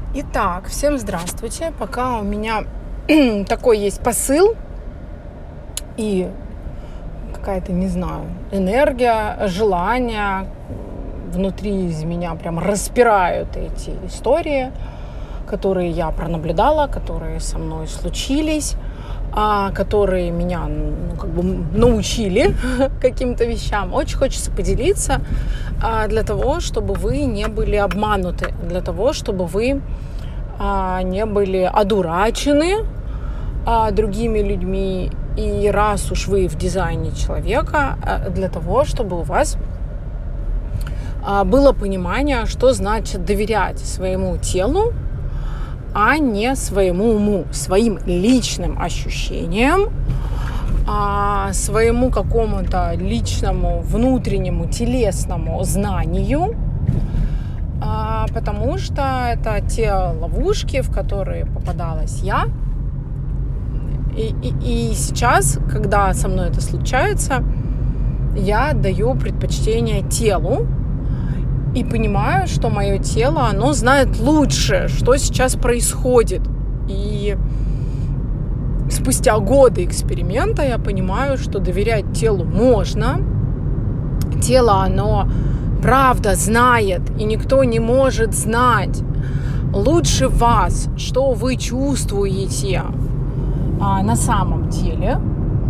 Итак, всем здравствуйте. Пока у меня такой есть посыл и какая-то, не знаю, энергия, желание внутри из меня прям распирают эти истории, которые я пронаблюдала, которые со мной случились, которые меня научили каким-то вещам. Очень хочется поделиться для того, чтобы вы не были обмануты, для того, чтобы вы не были одурачены другими людьми. И раз уж вы в дизайне человека, для того, чтобы у вас было понимание, что значит доверять своему телу, а не своему уму, своим личным ощущениям, своему какому-то личному, внутреннему, телесному знанию, потому что это те ловушки, в которые попадалась я. И сейчас, когда со мной это случается, я даю предпочтение телу, и понимаю, что мое тело, оно знает лучше, что сейчас происходит. И спустя годы эксперимента я понимаю, что доверять телу можно. Тело, оно правда знает, и никто не может знать лучше вас, что вы чувствуете на самом деле.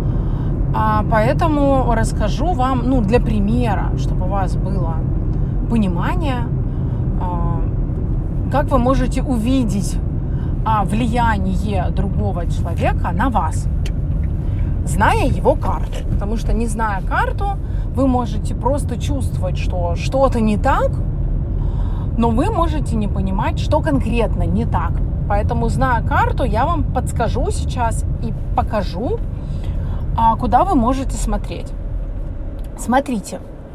Поэтому расскажу вам, для примера, чтобы у вас было понимание, как вы можете увидеть влияние другого человека на вас, зная его карту. Потому что, не зная карту, вы можете просто чувствовать, что что-то не так, но вы можете не понимать, что конкретно не так. Поэтому, зная карту, я вам подскажу сейчас и покажу, куда вы можете смотреть. Смотрите.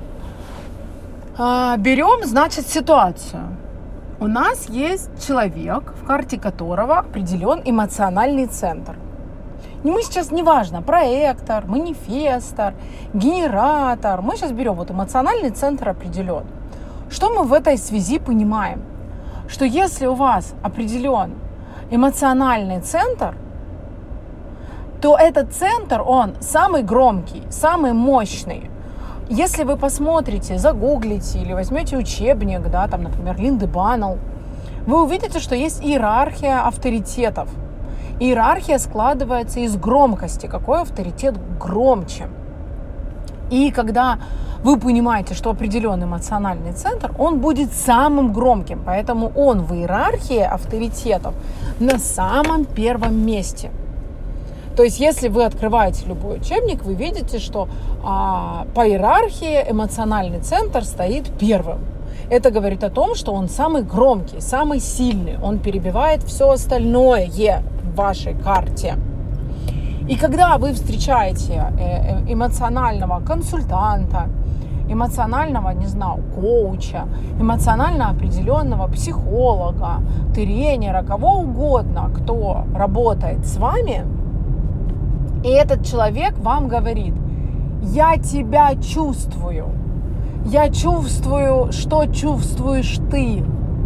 Берем, значит, ситуацию. У нас есть человек, в карте которого определен эмоциональный центр. И мы сейчас, неважно, проектор, манифестор, генератор. Мы сейчас берем эмоциональный центр определен. Что мы в этой связи понимаем? Что если у вас определен эмоциональный центр, то этот центр, он самый громкий, самый мощный. Если вы посмотрите, загуглите или возьмете учебник, например, Линды Баннелл, вы увидите, что есть иерархия авторитетов. Иерархия складывается из громкости. Какой авторитет громче? И когда вы понимаете, что определенный эмоциональный центр, он будет самым громким. Поэтому он в иерархии авторитетов на самом первом месте. То есть, если вы открываете любой учебник, вы видите, что по иерархии эмоциональный центр стоит первым. Это говорит о том, что он самый громкий, самый сильный. Он перебивает все остальное в вашей карте. И когда вы встречаете эмоционального консультанта, эмоционального, коуча, эмоционально определенного психолога, тренера, кого угодно, кто работает с вами, и этот человек вам говорит: я тебя чувствую, я чувствую, что чувствуешь ты,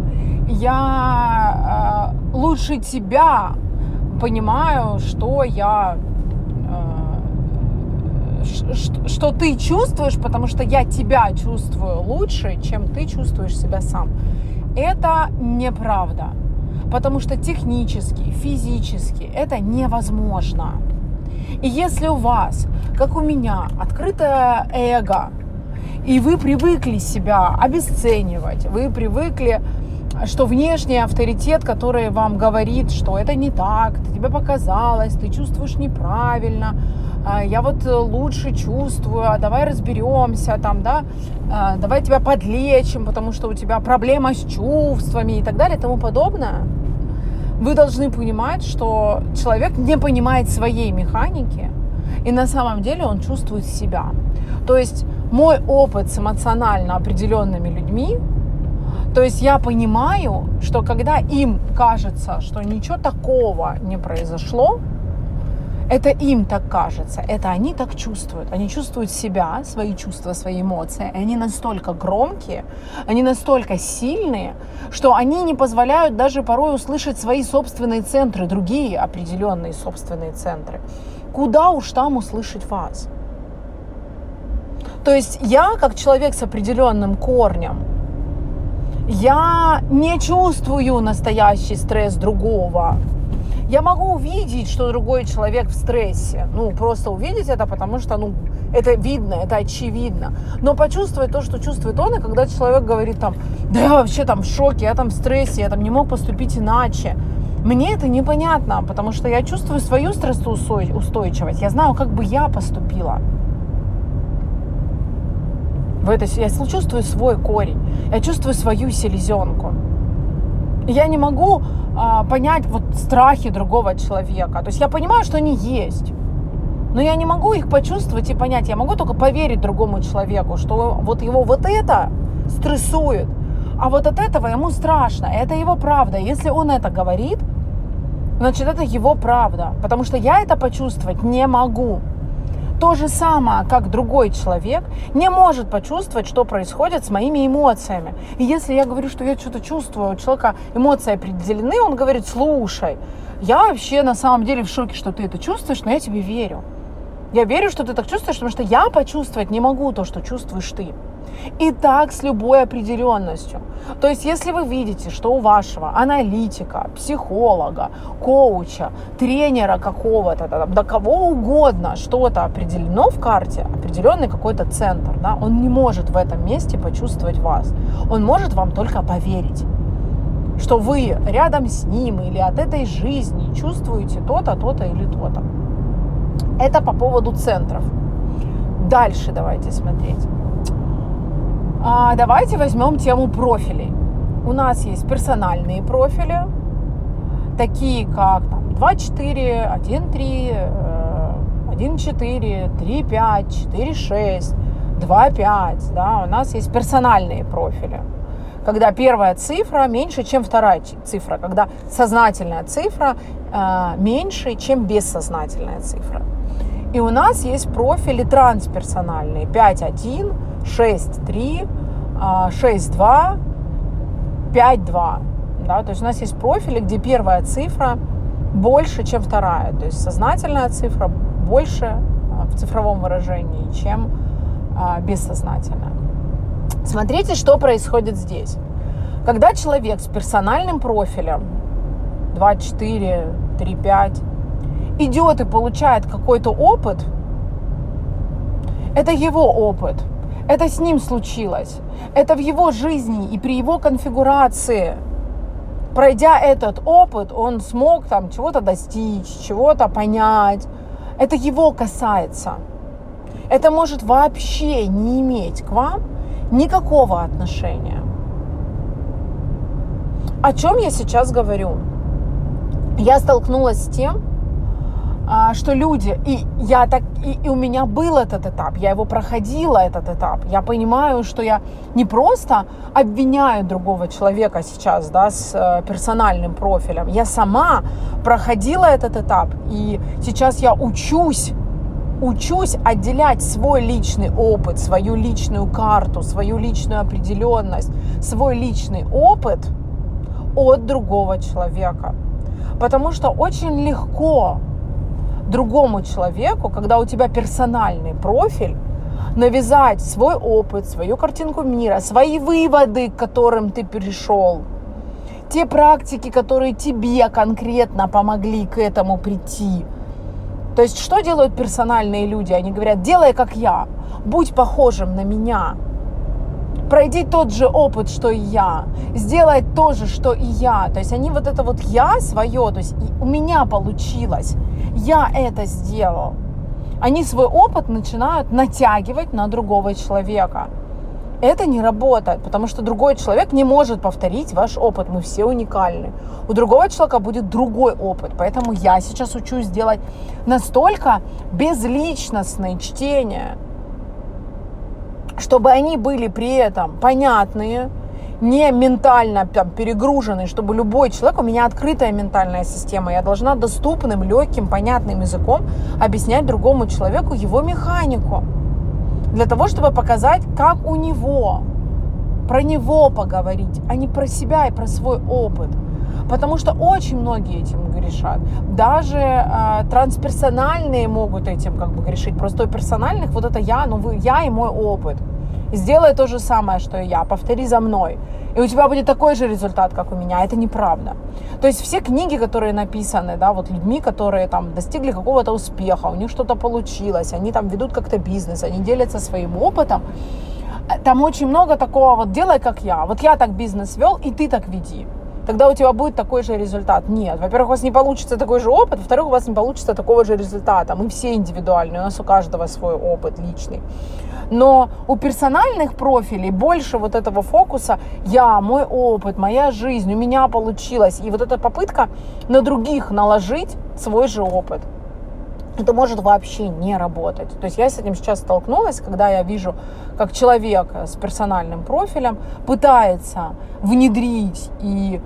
я лучше тебя понимаю, что ты чувствуешь, потому что я тебя чувствую лучше, чем ты чувствуешь себя сам. Это неправда, потому что технически, физически это невозможно. И если у вас, как у меня, открытое эго, и вы привыкли себя обесценивать, вы привыкли, что внешний авторитет, который вам говорит, что это не так, тебе показалось, ты чувствуешь неправильно, я лучше чувствую, давай разберемся, давай тебя подлечим, потому что у тебя проблема с чувствами и так далее и тому подобное. Вы должны понимать, что человек не понимает своей механики, и на самом деле он чувствует себя. То есть мой опыт с эмоционально определенными людьми, то есть я понимаю, что когда им кажется, что ничего такого не произошло, Это им так кажется, это они так чувствуют. Они чувствуют себя, свои чувства, свои эмоции. Они настолько громкие, они настолько сильные, что они не позволяют даже порой услышать свои собственные центры, другие определенные собственные центры. Куда уж там услышать вас? То есть я, как человек с определенным корнем, я не чувствую настоящий стресс другого. Я могу увидеть, что другой человек в стрессе. Просто увидеть это, потому что, это видно, это очевидно. Но почувствовать то, что чувствует он, и когда человек говорит там, да я вообще там в шоке, я там в стрессе, я там не мог поступить иначе. Мне это непонятно, потому что я чувствую свою стрессоустойчивость. Я знаю, как бы я поступила. Я чувствую свой корень, я чувствую свою селезенку. Я не могу понять страхи другого человека. То есть я понимаю, что они есть, но я не могу их почувствовать и понять. Я могу только поверить другому человеку, что его это стрессует, а от этого ему страшно. Это его правда. Если он это говорит, значит, это его правда, потому что я это почувствовать не могу. То же самое, как другой человек не может почувствовать, что происходит с моими эмоциями. И если я говорю, что я что-то чувствую, у человека эмоции определены, он говорит, слушай, я вообще на самом деле в шоке, что ты это чувствуешь, но я тебе верю. Я верю, что ты так чувствуешь, потому что я почувствовать не могу то, что чувствуешь ты. И так с любой определенностью. То есть, если вы видите, что у вашего аналитика, психолога, коуча, тренера какого-то, до кого угодно что-то определено в карте, определенный какой-то центр, да, он не может в этом месте почувствовать вас. Он может вам только поверить, что вы рядом с ним или от этой жизни чувствуете то-то, то-то или то-то. Это по поводу центров. Дальше давайте смотреть. Давайте возьмем тему профилей. У нас есть персональные профили, такие как 2.4, 1.3, 1.4, 3.5, 4.6, 2.5. Да? У нас есть персональные профили, когда первая цифра меньше, чем вторая цифра, когда сознательная цифра меньше, чем бессознательная цифра. И у нас есть профили трансперсональные 5.1, 6.3, 6.2, 5.2. Да? То есть у нас есть профили, где первая цифра больше, чем вторая. То есть сознательная цифра больше в цифровом выражении, чем бессознательная. Смотрите, что происходит здесь. Когда человек с персональным профилем 2.4, 3.5 идет и получает какой-то опыт, это его опыт, это с ним случилось, это в его жизни и при его конфигурации. Пройдя этот опыт, он смог чего-то достичь, чего-то понять. Это его касается. Это может вообще не иметь к вам никакого отношения. О чем я сейчас говорю? Я столкнулась с тем, что люди, и у меня был этот этап, я его проходила, этот этап. Я понимаю, что я не просто обвиняю другого человека сейчас, да, с персональным профилем. Я сама проходила этот этап, и сейчас я учусь отделять свой личный опыт, свою личную карту, свою личную определенность, свой личный опыт от другого человека. Потому что очень легко другому человеку, когда у тебя персональный профиль, навязать свой опыт, свою картинку мира, свои выводы, к которым ты перешел, те практики, которые тебе конкретно помогли к этому прийти. То есть, что делают персональные люди? Они говорят, делай как я, будь похожим на меня, пройди тот же опыт, что и я, сделай то же, что и я. То есть, они это я свое, то есть, у меня получилось, я это сделал. Они свой опыт начинают натягивать на другого человека. Это не работает, потому что другой человек не может повторить ваш опыт. Мы все уникальны. У другого человека будет другой опыт. Поэтому я сейчас учусь делать настолько безличностные чтения, чтобы они были при этом понятные, не ментально там перегруженный, чтобы любой человек, у меня открытая ментальная система, я должна доступным, легким, понятным языком объяснять другому человеку его механику. Для того, чтобы показать, как у него, про него поговорить, а не про себя и про свой опыт. Потому что очень многие этим грешат. Даже трансперсональные могут этим как бы грешить. Просто у персональных вот это я, я и мой опыт. Сделай то же самое, что и я, повтори за мной. И у тебя будет такой же результат, как у меня. Это неправда. То есть все книги, которые написаны, да, вот людьми, которые там достигли какого-то успеха, у них что-то получилось, они там ведут как-то бизнес, они делятся своим опытом. Там очень много такого, вот делай как я. Вот я так бизнес вел, и ты так веди. Тогда у тебя будет такой же результат. Нет, во-первых, у вас не получится такой же опыт, во-вторых, у вас не получится такого же результата. Мы все индивидуальные, у нас у каждого свой опыт личный. Но у персональных профилей больше вот этого фокуса я, мой опыт, моя жизнь, у меня получилось. И вот эта попытка на других наложить свой же опыт. Это может вообще не работать. То есть я с этим сейчас столкнулась, когда я вижу, как человек с персональным профилем пытается внедрить и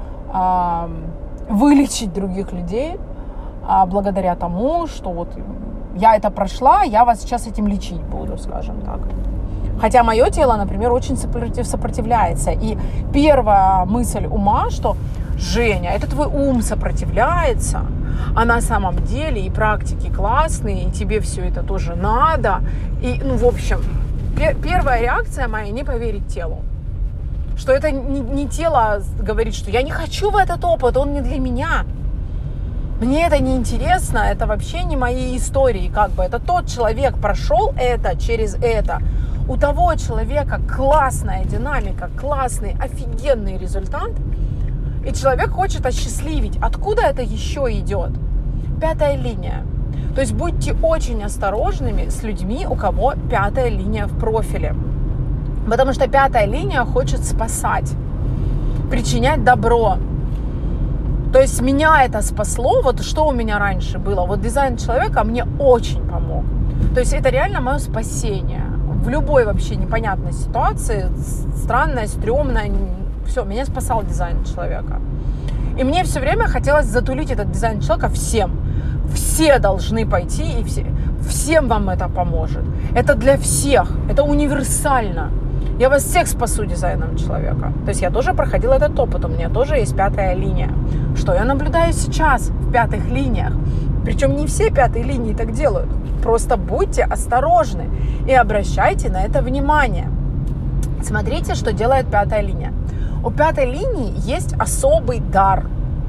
вылечить других людей благодаря тому, что вот я это прошла, я вас сейчас этим лечить буду, скажем так. Хотя мое тело, например, очень сопротивляется. И первая мысль ума, что Женя, это твой ум сопротивляется, а на самом деле и практики классные, и тебе все это тоже надо. И, в общем, первая реакция моя — не поверить телу. Что это не тело говорит, что я не хочу в этот опыт, он не для меня. Мне это не интересно, это вообще не мои истории, как бы. Это тот человек прошел это через это. У того человека классная динамика, классный, офигенный результат. И человек хочет осчастливить. Откуда это еще идет? 5-я линия. То есть будьте очень осторожными с людьми, у кого 5-я линия в профиле. Потому что 5-я линия хочет спасать, причинять добро. То есть меня это спасло. Вот что у меня раньше было. Вот дизайн человека мне очень помог. То есть это реально мое спасение. В любой вообще непонятной ситуации, странной, стрёмной, все, меня спасал дизайн человека. И мне все время хотелось затулить этот дизайн человека всем. Все должны пойти, и всем вам это поможет. Это для всех, это универсально. Я вас всех спасу дизайном человека. То есть я тоже проходила этот опыт, у меня тоже есть 5-я линия. Что я наблюдаю сейчас в 5-х линиях? Причем не все 5-е линии так делают. Просто будьте осторожны и обращайте на это внимание. Смотрите, что делает 5-я линия. У 5-й линии есть особый дар.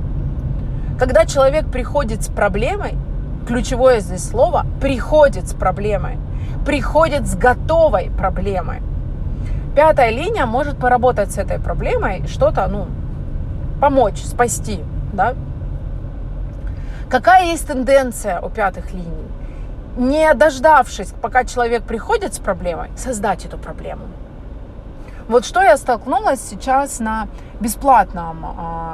Когда человек приходит с проблемой, ключевое здесь слово, приходит с проблемой, приходит с готовой проблемой. 5-я линия может поработать с этой проблемой, что-то, помочь, спасти, да? Какая есть тенденция у 5-х линий? Не дождавшись, пока человек приходит с проблемой, создать эту проблему. Вот что я столкнулась сейчас на бесплатном,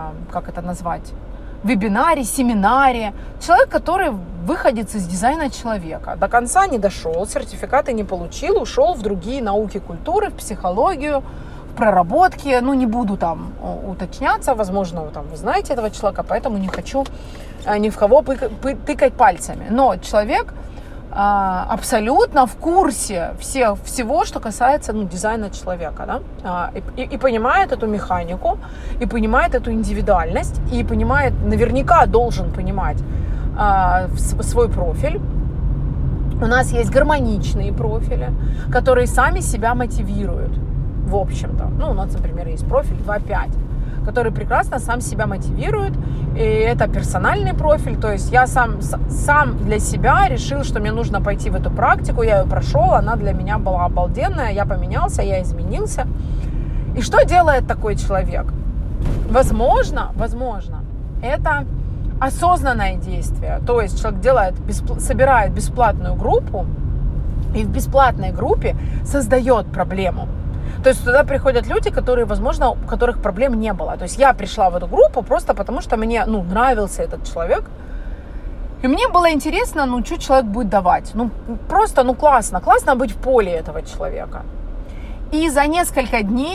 вебинаре, семинаре. Человек, который выходец из дизайна человека. До конца не дошел, сертификаты не получил, ушел в другие науки культуры, в психологию, в проработки. Не буду там уточняться, возможно, вы знаете этого человека, поэтому не хочу ни в кого тыкать пальцами. Но человек абсолютно в курсе всего, что касается дизайна человека, да? И понимает эту механику, и понимает эту индивидуальность, и понимает, наверняка должен понимать свой профиль. У нас есть гармоничные профили, которые сами себя мотивируют, в общем-то. У нас, например, есть профиль 2-5, который прекрасно сам себя мотивирует, и это персональный профиль, то есть я сам для себя решил, что мне нужно пойти в эту практику, я ее прошел, она для меня была обалденная, я поменялся, я изменился. И что делает такой человек? Возможно, это осознанное действие, то есть человек собирает бесплатную группу, и в бесплатной группе создает проблему. То есть туда приходят люди, которые, возможно, у которых проблем не было. То есть я пришла в эту группу просто потому, что мне, нравился этот человек. И мне было интересно, что человек будет давать. Просто, классно быть в поле этого человека. И за несколько дней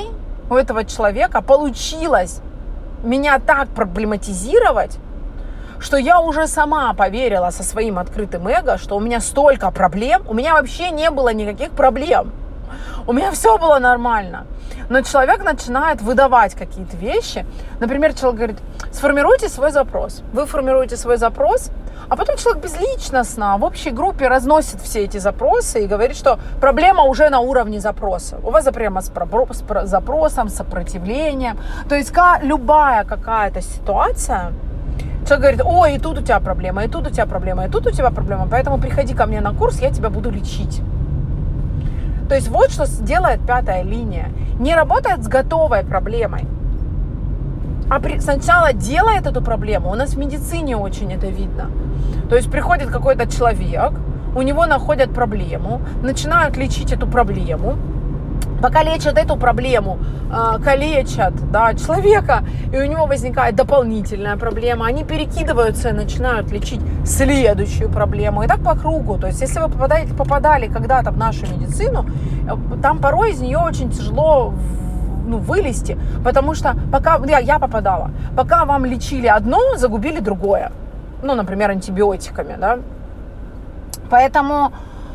у этого человека получилось меня так проблематизировать, что я уже сама поверила со своим открытым эго, что у меня столько проблем, у меня вообще не было никаких проблем. У меня все было нормально. Но человек начинает выдавать какие-то вещи. Например, человек говорит, сформируйте свой запрос. Вы формируете свой запрос, а потом человек безличностно в общей группе разносит все эти запросы и говорит, что проблема уже на уровне запроса. У вас проблема с запросом, сопротивлением. То есть любая какая-то ситуация, человек говорит, ой, и тут у тебя проблема, и тут у тебя проблема, и тут у тебя проблема, поэтому приходи ко мне на курс, я тебя буду лечить. То есть вот что делает пятая линия. Не работает с готовой проблемой, а сначала делает эту проблему. У нас в медицине очень это видно. То есть приходит какой-то человек, у него находят проблему, начинают лечить эту проблему. Пока лечат эту проблему, калечат человека, и у него возникает дополнительная проблема, они перекидываются и начинают лечить следующую проблему. И так по кругу. То есть если вы попадали когда-то в нашу медицину, там порой из нее очень тяжело вылезти, потому что пока я попадала, пока вам лечили одно, загубили другое. Например, антибиотиками, да. Поэтому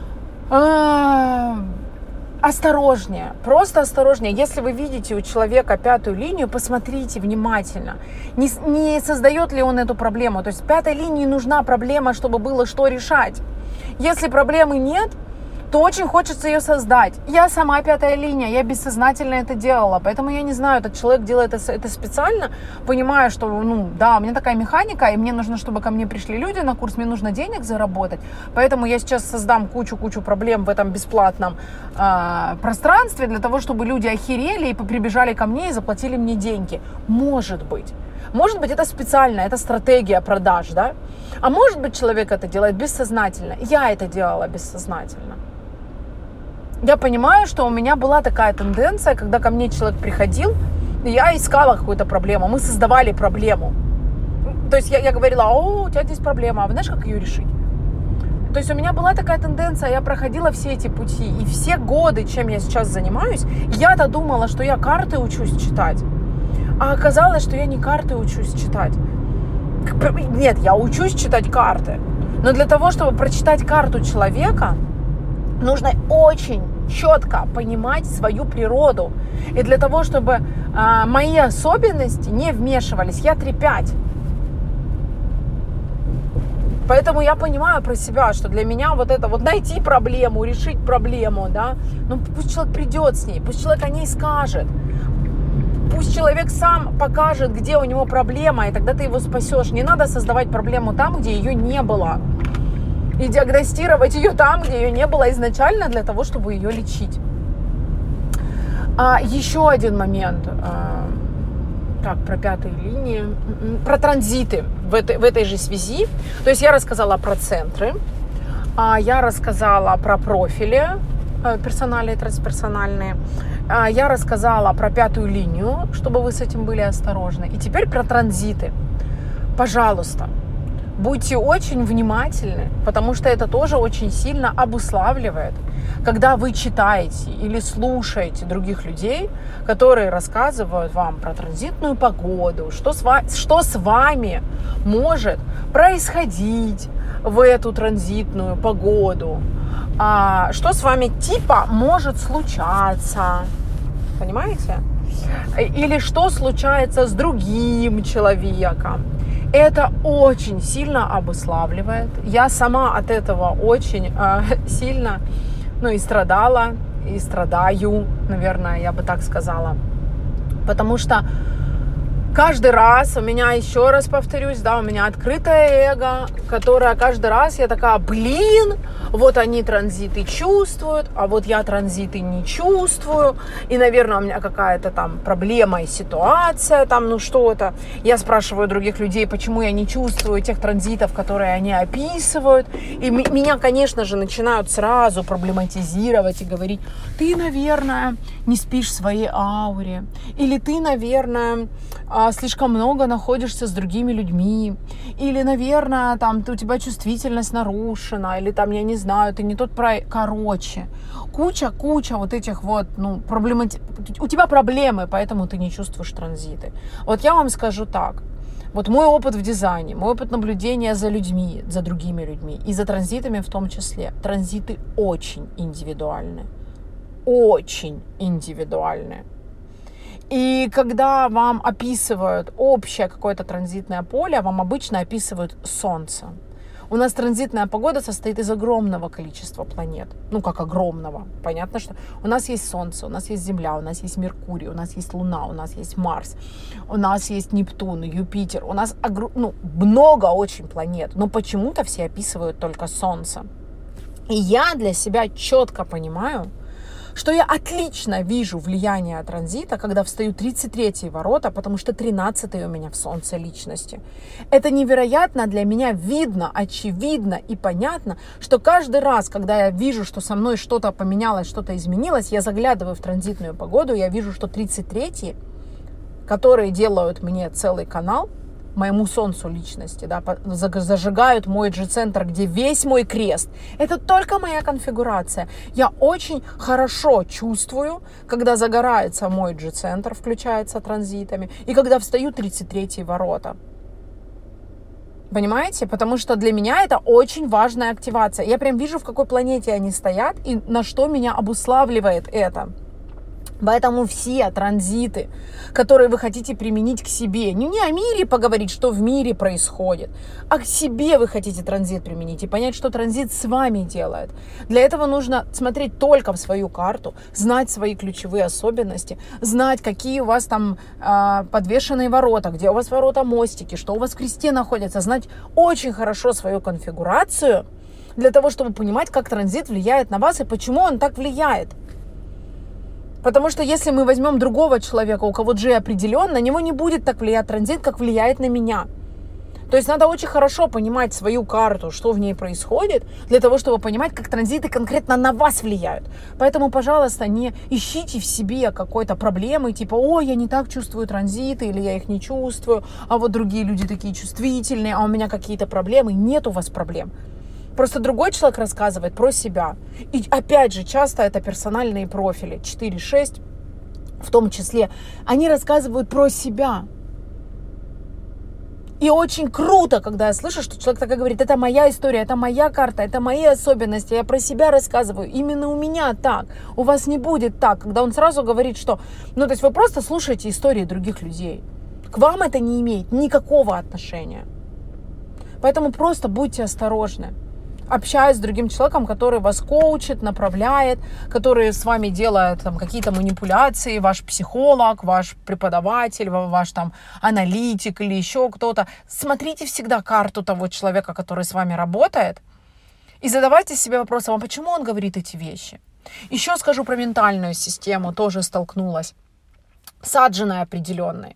осторожнее, просто осторожнее. Если вы видите у человека пятую линию, посмотрите внимательно, не создает ли он эту проблему. То есть пятой линии нужна проблема, чтобы было что решать. Если проблемы нет, то очень хочется ее создать. Я сама пятая линия, я бессознательно это делала, поэтому я не знаю, этот человек делает это специально, понимая, что, у меня такая механика, и мне нужно, чтобы ко мне пришли люди на курс, мне нужно денег заработать, поэтому я сейчас создам кучу проблем в этом бесплатном пространстве для того, чтобы люди охерели и прибежали ко мне и заплатили мне деньги. Может быть, это специально, это стратегия продаж, да? А может быть, человек это делает бессознательно. Я это делала бессознательно. Я понимаю, что у меня была такая тенденция, когда ко мне человек приходил, и я искала какую-то проблему, мы создавали проблему. То есть я говорила, у тебя здесь проблема, а вы знаешь, как ее решить? То есть у меня была такая тенденция, я проходила все эти пути, и все годы, чем я сейчас занимаюсь, я-то думала, что я карты учусь читать, а оказалось, что я не карты учусь читать. Нет, я учусь читать карты, но для того, чтобы прочитать карту человека, нужно очень четко понимать свою природу. И для того, чтобы мои особенности не вмешивались, я 3-5. Поэтому я понимаю про себя, что для меня вот это вот найти проблему, решить проблему, да, пусть человек придет с ней, пусть человек о ней скажет. Пусть человек сам покажет, где у него проблема, и тогда ты его спасешь. Не надо создавать проблему там, где ее не было. И диагностировать ее там, где ее не было изначально, для того, чтобы ее лечить. Еще один момент. Про пятые линии. Про транзиты в этой же связи. То есть я рассказала про центры. Я рассказала про профили персональные и трансперсональные. Я рассказала про пятую линию, чтобы вы с этим были осторожны. И теперь про транзиты. Пожалуйста, будьте очень внимательны, потому что это тоже очень сильно обуславливает, когда вы читаете или слушаете других людей, которые рассказывают вам про транзитную погоду, что с вами может происходить в эту транзитную погоду, что с вами может случаться, понимаете? Или что случается с другим человеком. Это очень сильно обуславливает. Я сама от этого очень сильно, и страдала, и страдаю, наверное, я бы так сказала. Потому что каждый раз у меня, еще раз повторюсь, у меня открытое эго, которое каждый раз я такая, вот они транзиты чувствуют, а вот я транзиты не чувствую. И, наверное, у меня какая-то там проблема и ситуация, что-то. Я спрашиваю других людей, почему я не чувствую тех транзитов, которые они описывают. И меня, конечно же, начинают сразу проблематизировать и говорить, ты, наверное, не спишь в своей ауре. Или ты, наверное, слишком много находишься с другими людьми, или, наверное, там у тебя чувствительность нарушена, или там, я не знаю, ты не тот короче, куча вот этих вот, у тебя проблемы, поэтому ты не чувствуешь транзиты. Вот я вам скажу так. Вот мой опыт в дизайне, мой опыт наблюдения за людьми, за другими людьми и за транзитами в том числе. Транзиты очень индивидуальны. Очень индивидуальны. И когда вам описывают общее какое-то транзитное поле, вам обычно описывают Солнце. У нас транзитная погода состоит из огромного количества планет. Как огромного. Понятно, что у нас есть Солнце, у нас есть Земля, у нас есть Меркурий, у нас есть Луна, у нас есть Марс, у нас есть Нептун, Юпитер. У нас много очень планет, но почему-то все описывают только Солнце. И я для себя четко понимаю, что я отлично вижу влияние транзита, когда встаю 33-й ворота, потому что 13-й у меня в Солнце личности. Это невероятно для меня видно, очевидно и понятно, что каждый раз, когда я вижу, что со мной что-то поменялось, что-то изменилось, я заглядываю в транзитную погоду, я вижу, что 33-й, которые делают мне целый канал, моему Солнцу личности, зажигают мой G-центр, где весь мой крест. Это только моя конфигурация. Я очень хорошо чувствую, когда загорается мой G-центр, включается транзитами, и когда встаю 33-й ворота. Понимаете? Потому что для меня это очень важная активация. Я прям вижу, в какой планете они стоят и на что меня обуславливает это. Поэтому все транзиты, которые вы хотите применить к себе, не о мире поговорить, что в мире происходит, а к себе вы хотите транзит применить и понять, что транзит с вами делает. Для этого нужно смотреть только в свою карту, знать свои ключевые особенности, знать, какие у вас там подвешенные ворота, где у вас ворота-мостики, что у вас в кресте находится, знать очень хорошо свою конфигурацию для того, чтобы понимать, как транзит влияет на вас и почему он так влияет. Потому что если мы возьмем другого человека, у кого G определен, на него не будет так влиять транзит, как влияет на меня. То есть надо очень хорошо понимать свою карту, что в ней происходит, для того, чтобы понимать, как транзиты конкретно на вас влияют. Поэтому, пожалуйста, не ищите в себе какой-то проблемы, типа, ой, я не так чувствую транзиты, или я их не чувствую, а вот другие люди такие чувствительные, а у меня какие-то проблемы. Нет у вас проблем. Просто другой человек рассказывает про себя. И опять же, часто это персональные профили, 4-6 в том числе. Они рассказывают про себя. И очень круто, когда я слышу, что человек так и говорит, это моя история, это моя карта, это мои особенности, я про себя рассказываю. Именно у меня так, у вас не будет так. Когда он сразу говорит, что, то есть вы просто слушаете истории других людей. К вам это не имеет никакого отношения. Поэтому просто будьте осторожны. Общаясь с другим человеком, который вас коучит, направляет, который с вами делает какие-то манипуляции, ваш психолог, ваш преподаватель, ваш аналитик или еще кто-то. Смотрите всегда карту того человека, который с вами работает, и задавайте себе вопросом, а почему он говорит эти вещи? Еще скажу про ментальную систему, тоже столкнулась с аджиной определенной.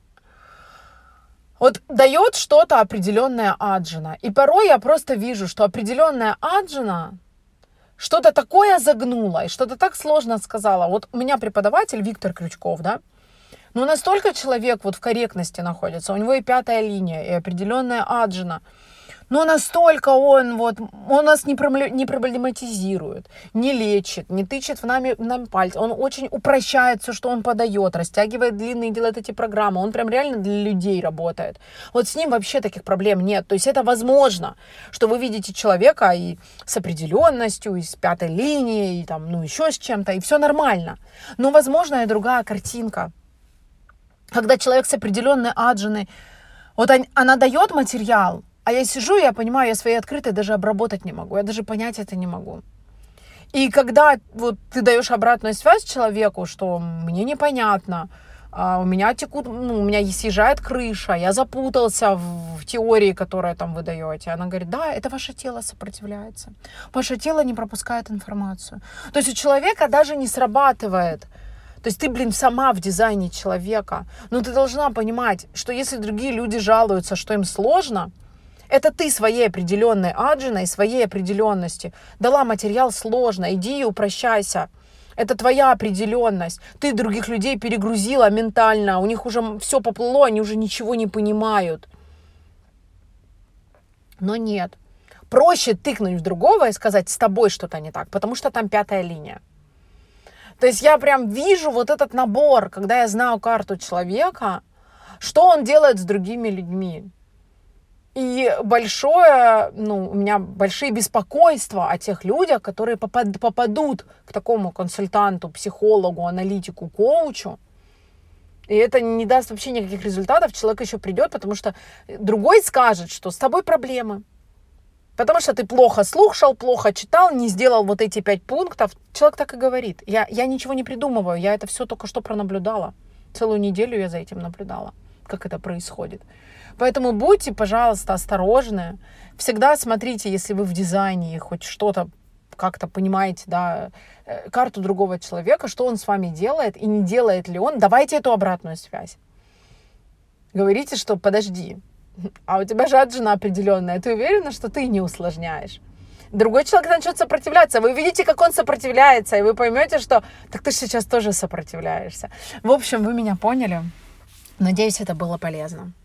Вот дает что-то определенная аджина. И порой я просто вижу, что определенная аджина что-то такое загнула и что-то так сложно сказала. Вот у меня преподаватель Виктор Крючков, настолько человек в корректности находится, у него и 5-я линия, и определенная аджина. Но настолько он нас не проблематизирует, не лечит, не тычет в нами пальцы. Он очень упрощает все, что он подает, растягивает длинные, делает эти программы. Он прям реально для людей работает. Вот с ним вообще таких проблем нет. То есть это возможно, что вы видите человека и с определенностью, и с 5-й линией, и еще с чем-то, и все нормально. Но возможно и другая картинка. Когда человек с определенной аджиной, она дает материал, а я сижу, я понимаю, я свои открытые даже обработать не могу, я даже понять это не могу. И когда ты даешь обратную связь человеку, что мне непонятно, у меня у меня съезжает крыша, я запутался в теории, которую вы даете. Она говорит, да, это ваше тело сопротивляется, ваше тело не пропускает информацию. То есть у человека даже не срабатывает. То есть ты, сама в дизайне человека. Но ты должна понимать, что если другие люди жалуются, что им сложно, это ты своей определенной аджиной, своей определенности дала материал сложно, иди и упрощайся. Это твоя определенность. Ты других людей перегрузила ментально, у них уже все поплыло, они уже ничего не понимают. Но нет. Проще тыкнуть в другого и сказать, с тобой что-то не так, потому что там 5-я линия. То есть я прям вижу вот этот набор, когда я знаю карту человека, что он делает с другими людьми. И у меня большие беспокойства о тех людях, которые попадут к такому консультанту, психологу, аналитику, коучу. И это не даст вообще никаких результатов. Человек еще придет, потому что другой скажет, что с тобой проблемы. Потому что ты плохо слушал, плохо читал, не сделал вот эти 5 пунктов. Человек так и говорит. Я ничего не придумываю, я это все только что пронаблюдала. Целую неделю я за этим наблюдала, как это происходит. Поэтому будьте, пожалуйста, осторожны. Всегда смотрите, если вы в дизайне хоть что-то как-то понимаете, да, карту другого человека, что он с вами делает и не делает ли он. Давайте эту обратную связь. Говорите, что подожди, а у тебя же жена определенная, ты уверена, что ты не усложняешь? Другой человек начнет сопротивляться, вы видите, как он сопротивляется, и вы поймете, что так ты сейчас тоже сопротивляешься. В общем, вы меня поняли. Надеюсь, это было полезно.